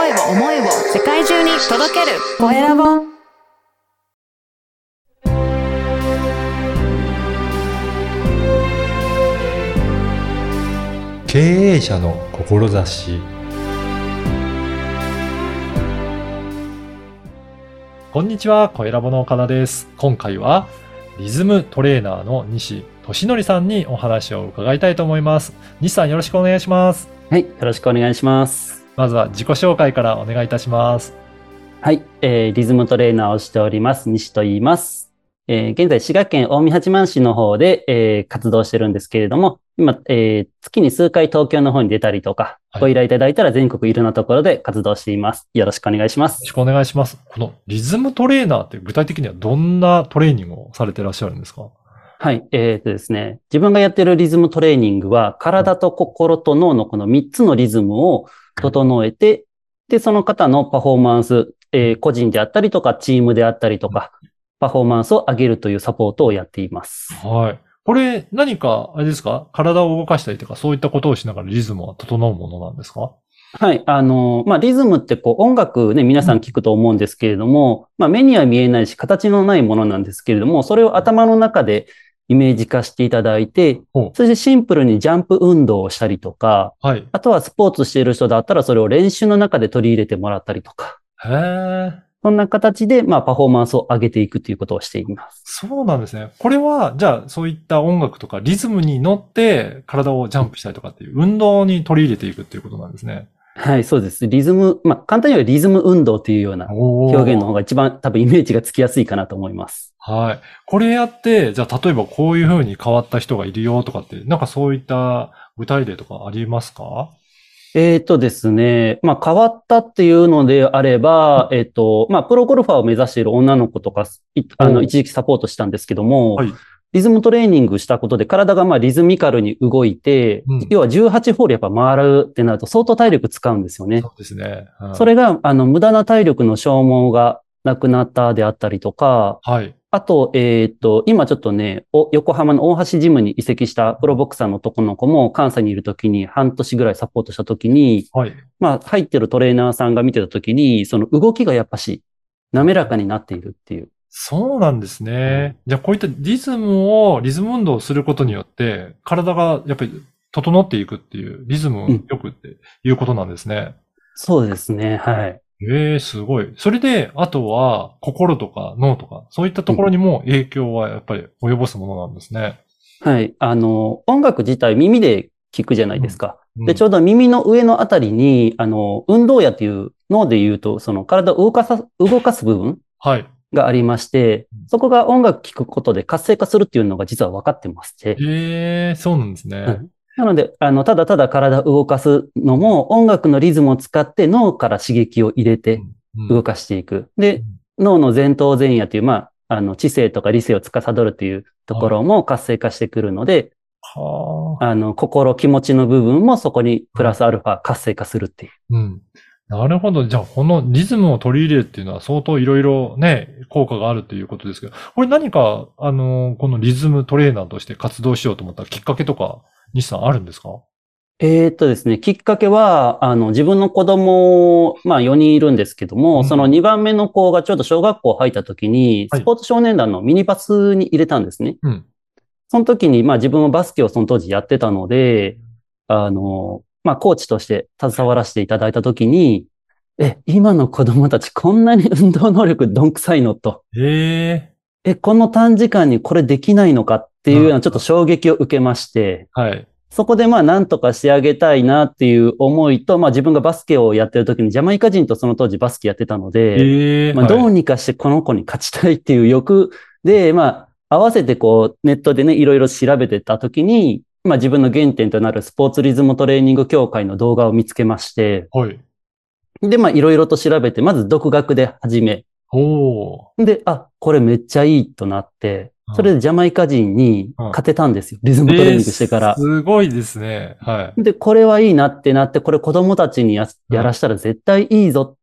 声を世界中に届けるコエラボ。 経営者の志。こんにちは、コエラボの岡田です。今回はリズムトレーナーの西俊則さんにお話を伺いたいと思います。西さん、よろしくお願いします。 はい、よろしくお願いします。 まずは自己紹介からお願いいたします。 はい、リズムトレーナーをしております西と言います。現在滋賀県近江八幡市の方で、活動してるんですけれども、今、月に数回東京の方に出たりとか、ご依頼いただいたら全国いろんなところで活動しています。よろしくお願いします。 よろしくお願いします。このリズムトレーナーって具体的にはどんなトレーニングをされていらっしゃるんですか？ はい、ですね、自分がやっているリズムトレーニングは、体と心と脳のこの3つのリズムを整えて、で、その方のパフォーマンス、個人であったりとか、チームであったりとか、パフォーマンスを上げるというサポートをやっています。 はい。これ何か、あれですか？体を動かしたりとか、そういったことをしながらリズムは整うものなんですか？ はい。リズムって音楽ね、皆さん聞くと思うんですけれども、目には見えないし、形のないものなんですけれども、それを頭の中でイメージ化していただいて、そしてシンプルにジャンプ運動をしたりとか、 はい。 あとはスポーツしている人だったらそれを練習の中で取り入れてもらったりとか。 へー。 そんな形で、パフォーマンスを上げていくということをしています。 そうなんですね。これは、じゃあ、そういった音楽とかリズムに乗って体をジャンプしたりとかっていう運動に取り入れていくっていうことなんですね。 はい、そうです。リズム、簡単にはリズム運動というような表現の方が一番多分イメージがつきやすいかなと思います。 はい。これやって、じゃあ、例えばこういう風に変わった人がいるよとかって、なんかそういった具体例とかありますか？ ですね。変わったっていうのであれば、プロゴルファーを目指している女の子とか、一時期サポートしたんですけども、 はい。 リズムトレーニングしたことで体がリズミカルに動いて、要は18ホールやっぱ回るってなると相当体力使うんですよね。 そうですね。はい、 それが、無駄な体力の消耗がなくなったであったりとか、 はい。 あと、今ちょっとね、横浜の大橋ジムに移籍したプロボクサーの男の子も関西にいるときに半年ぐらいサポートしたときに、 はい。 入ってるトレーナーさんが見てたときに、その動きがやっぱし滑らかになっているっていう。 そうなんですね。じゃあこういったリズム運動をすることによって、体がやっぱり整っていくっていう、リズムをよくっていうことなんですね。 そうですね。はい。 すごい。それで、あとは、心とか脳とか、そういったところにも影響はやっぱり及ぼすものなんですね。 はい。音楽自体耳で聞くじゃないですか。で、ちょうど耳の上のあたりに、運動野っていう脳で言うと、その体を動かす部分はい。 がありまして、そこが音楽聴くことで活性化するっていうのが実は分かってまして。 そうなんですね。 なので、ただただ体を動かすのも、音楽のリズムを使って脳から刺激を入れて動かしていく。で、脳の前頭前野という、知性とか理性を司るというところも活性化してくるので、心、気持ちの部分もそこにプラスアルファ活性化するっていう。 なるほど。じゃあ、このリズムを取り入れるっていうのは相当いろいろね、効果があるということですけど、これ何か、このリズムトレーナーとして活動しようと思ったきっかけとか、西さんあるんですか？ ですね、きっかけは、自分の子供、4人いるんですけども、その2番目の子がちょうど小学校入った時に、スポーツ少年団のミニバスに入れたんですね。その時に、自分もバスケをその当時やってたので、コーチとして携わらせていただいた時に、今の子供たちこんなに運動能力どんくさいのと。この短時間にこれできないのかっていうようなちょっと衝撃を受けまして、そこでなんとか仕上げたいなっていう思いと、自分がバスケをやってる時にジャマイカ人とその当時バスケやってたので、どうにかしてこの子に勝ちたいっていう欲で、合わせてネットでね、いろいろ調べてた時に、自分の原点となるスポーツリズムトレーニング協会の動画を見つけまして、で、いろいろと調べて、まず独学で始め、で、これめっちゃいいとなって、それでジャマイカ人に勝てたんですよ。リズムトレーニングしてから。 すごいですね。はい。 で、これはいいなってなって、これ子供たちにやらしたら絶対いいぞっ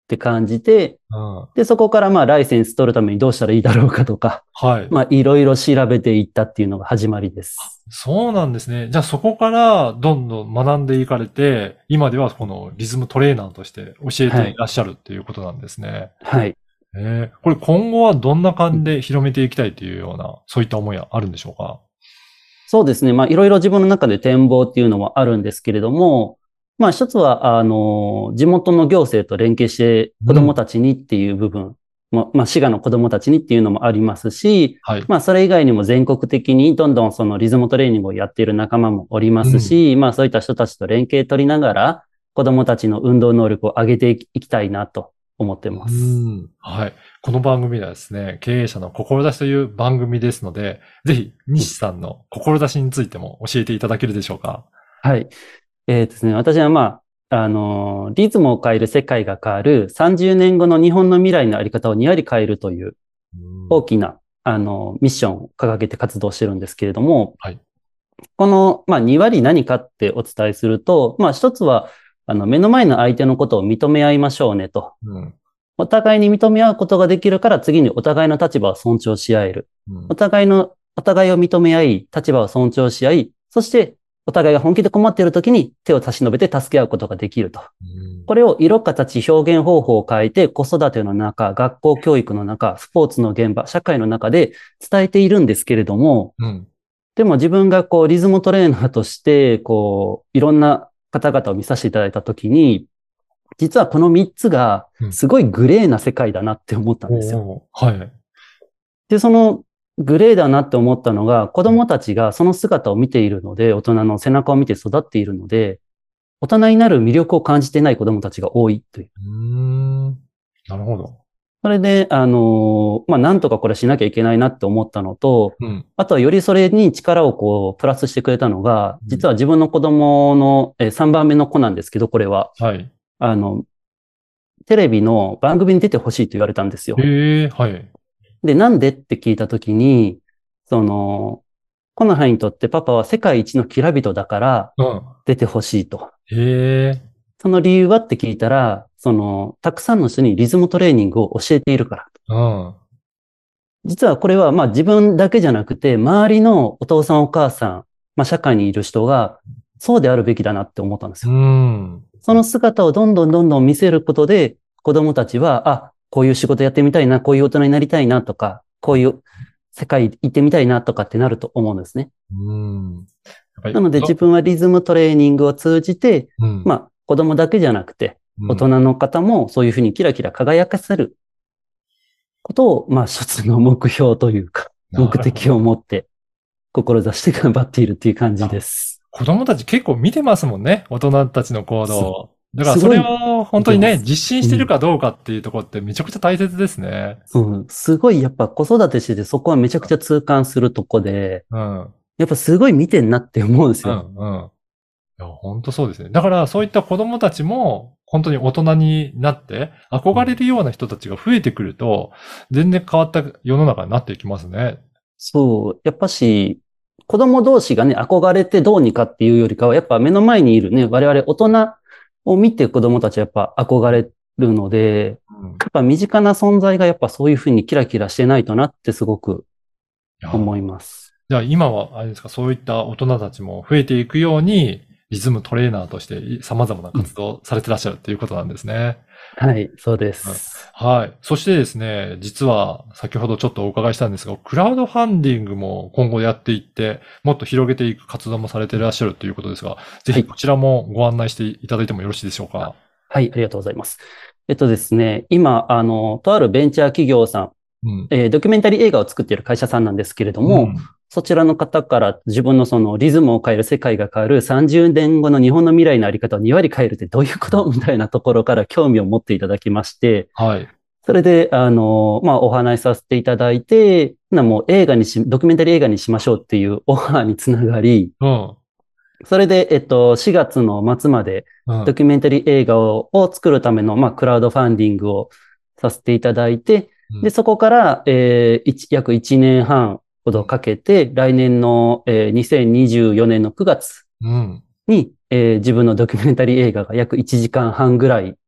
って感じて、 うん。 で、そこからまあライセンス取るためにどうしたらいいだろうかとか、 はい。 まあいろいろ調べていったっていうのが始まりです。 そうなんですね。じゃあそこからどんどん学んでいかれて、今ではこのリズムトレーナーとして教えてはい。 いらっしゃるっていうことなんですね。 はい。 これ今後はどんな感じで広めていきたいというような、そういった思いはあるんでしょうか？ そうですね。まあ、いろいろ自分の中で展望っていうのもあるんですけれども、まあ、一つは、地元の行政と連携して子うん。 供たちにっていう部分、まあ、滋賀の子供たちにっていうのもありますし、 はい。 まあ、それ以外にも全国的にどんどんそのリズムトレーニングをやっている仲間もおりまうん。 すし、まあ、そういった人たちと連携取りながら、子供たちの運動能力を上げていきたいなと思ってうます。 はい。この番組ではですね、経営者の志という番組ですので、ぜひ、西さんの志についても教えていただけるでしょうか？ はい。ですね、私はまあ、リズムを変える世界が変わる30年後の日本の未来のあり方をにわり変えるといううん。 大きな、ミッションを掲げて活動してるんですけれども、 はい。 この、まあ、2割何かってお伝えすると、まあ、一つは、目の前の相手のことを認め合いましょうねと。 うん。 お互いに認め合うことができるから次にお互いの立場を尊重し合える。 うん。 お互いを認め合い、立場を尊重し合い、そしてお互いが本気で困っている時に手を差し伸べて助け合うことができると。 うん。 これを色、形、表現方法を変えて子育ての中、学校教育の中、スポーツの現場、社会の中で伝えているんですけれども、 うん。 でも自分がこうリズムトレーナーとしてこういろんな方々を見させていただいたときに、実はこの3つがうん。 すごいグレーな世界だなって思ったんですよ。 おー、はい。 で、そのグレーだなって思ったのが子供たちがその姿を見ているので、大人の背中を見て育っているので、大人になる魅力を感じていない子供たちが多いという。 うーん。なるほど。 それで、まあ、なんとかこれしなきゃいけないなって思ったのと、 うん。 あとはよりそれに力をこう、プラスしてくれたのが、 うん。 実は自分の子供の3番目の子なんですけど、これは、 はい。 あの、テレビの番組に出てほしいと言われたんですよ。 はい。 で、なんでって聞いたときに、その、コノハにとってパパは世界一のきらびとだからうん。 出てほしいと。 へえ。 その理由はって聞いたら、たくさんの人にリズムトレーニングを教えているから。 うん。 実はこれはまあ自分だけじゃなくて、周りのお父さんお母さん、まあ社会にいる人がそうであるべきだなって思ったんですうよ。 ん。 その姿をどんどんどんどん見せることで、子供たちは、あ、こういう仕事やってみたいな、こういう大人になりたいなとか、こういう世界行ってみたいなとかってなると思うんですね。 うん。やっぱり、 なので自分はリズムトレーニングを通じて、 うん。 まあ子供だけじゃなくて、 うん。 大人の方もそういうふうにキラキラ輝かせることを、まあ一つの目標というか、目的をなるほど。 持って志して頑張っているっていう感じあ、 です。 子供たち結構見てますもんね。大人たちの行動す、 を。だからそれすごいを本当にね、 見てます。 実践してるうん。 かどうかっていうところってめちゃくちゃ大切ですね。 そう、すごいやっぱ子育てしててそこはめちゃくちゃ痛感するとこで、 うん。 やっぱすごい見てんなって思うんですよ。 うん、うん。いや、本当そうですね。だからそういった子供たちも本当に大人になってうん、 憧れるような人たちが増えてくると、全然変わった世の中になっていきますね。 そう、やっぱし、子供同士がね、憧れてどうにかっていうよりかは、やっぱ目の前にいるね、我々大人を見て子供たちはやっぱ憧れるので、 うん。 やっぱ身近な存在がやっぱそういうふうにキラキラしてないとなってすごくいや、 思います。 じゃあ今はあれですか、そういった大人たちも増えていくように、リズムトレーナーとして様々なうん。 活動をされてらっしゃるっていうことなんですね。 はい、そうでうん。 す。 はい。そしてですね、実は先ほどちょっとお伺いしたんですが、クラウドファンディングも今後やっていって、もっと広げていく活動もされていらっしゃるということですが、ぜはい。 ひこちらもご案内していただいてもよろしいでしょうか。 はい、ありがとうございます。ですね、今、とあるベンチャー企業さん、 うん。 ドキュメンタリー映画を作っている会社さんなんですけれども、 うん。 そちらの方から自分のそのリズムを変える世界が変わる30年後の日本の未来のあり方を2割変えるってどういうことみたいなところから興味を持っていただきまして、 はい。 それで、まあ、お話しさせていただいて、もうドキュメンタリー映画にしましょうっていうオファーにつながり、 うん。 それで、4月の末までうん。 ドキュメンタリー映画を作るための、まあ、クラウドファンディングをさせていただいて、で、 うん。 そこから、約1年半ほどかけて、来年の、2024年の9月うん。 に、自分のドキュメンタリー映画が約1時間半ぐらい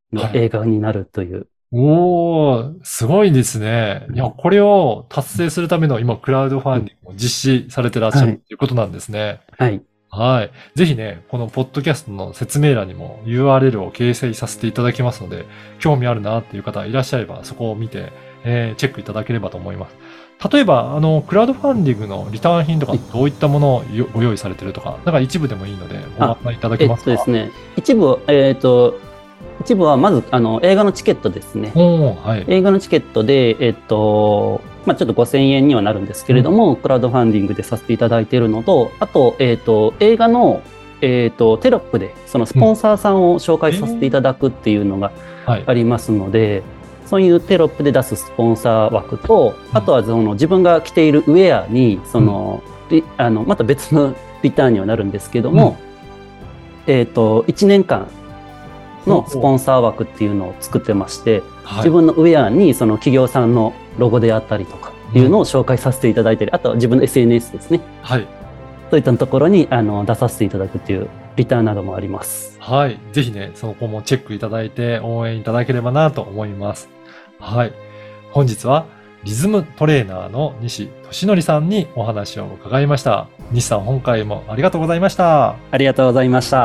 の映画になるという。 おー、すごいですね。いや、これを達成するための今、クラウドファンディングを実施されてらっしゃるということなんですね。 はい。 はい。ぜひね、このポッドキャストの説明欄にも URL を掲載させていただきますので、興味あるなっていう方いらっしゃれば、そこを見て、チェックいただければと思います。例えば、クラウドファンディングのリターン品とか、どういったものをご用意されてるとか、なんか一部でもいいので、ご案内いただけますか？ ですね。一部はまず、映画のチケットですね。 はい、 映画のチケットで、ちょっと5000円にはなるんですけれども、クラウドファンディングでさせていただいているのと、あと、映画の、テロップで、そのスポンサーさんを紹介させていただくっていうのがありますので、そういうテロップで出すスポンサー枠と、あとは自分が着ているウェアに、また別のリターンにはなるんですけども、1年間、のスポンサー枠っていうのを作ってまして、自分のウェアにその企業さんのロゴであったりとかっていうのを紹介させていただいたり、あとは自分の SNS ですね。 はい。 そういったところに出させていただくっていうリターンなどもあります。 はい。ぜひね、そこもチェックいただいて応援いただければなと思います。はい。本日はリズムトレーナーの西俊則さんにお話を伺いました。西さん、今回もありがとうございました。 ありがとうございました。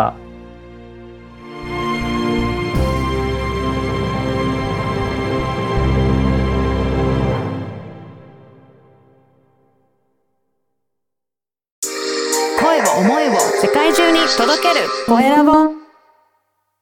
声を思いを世界中に届けるコエラボ。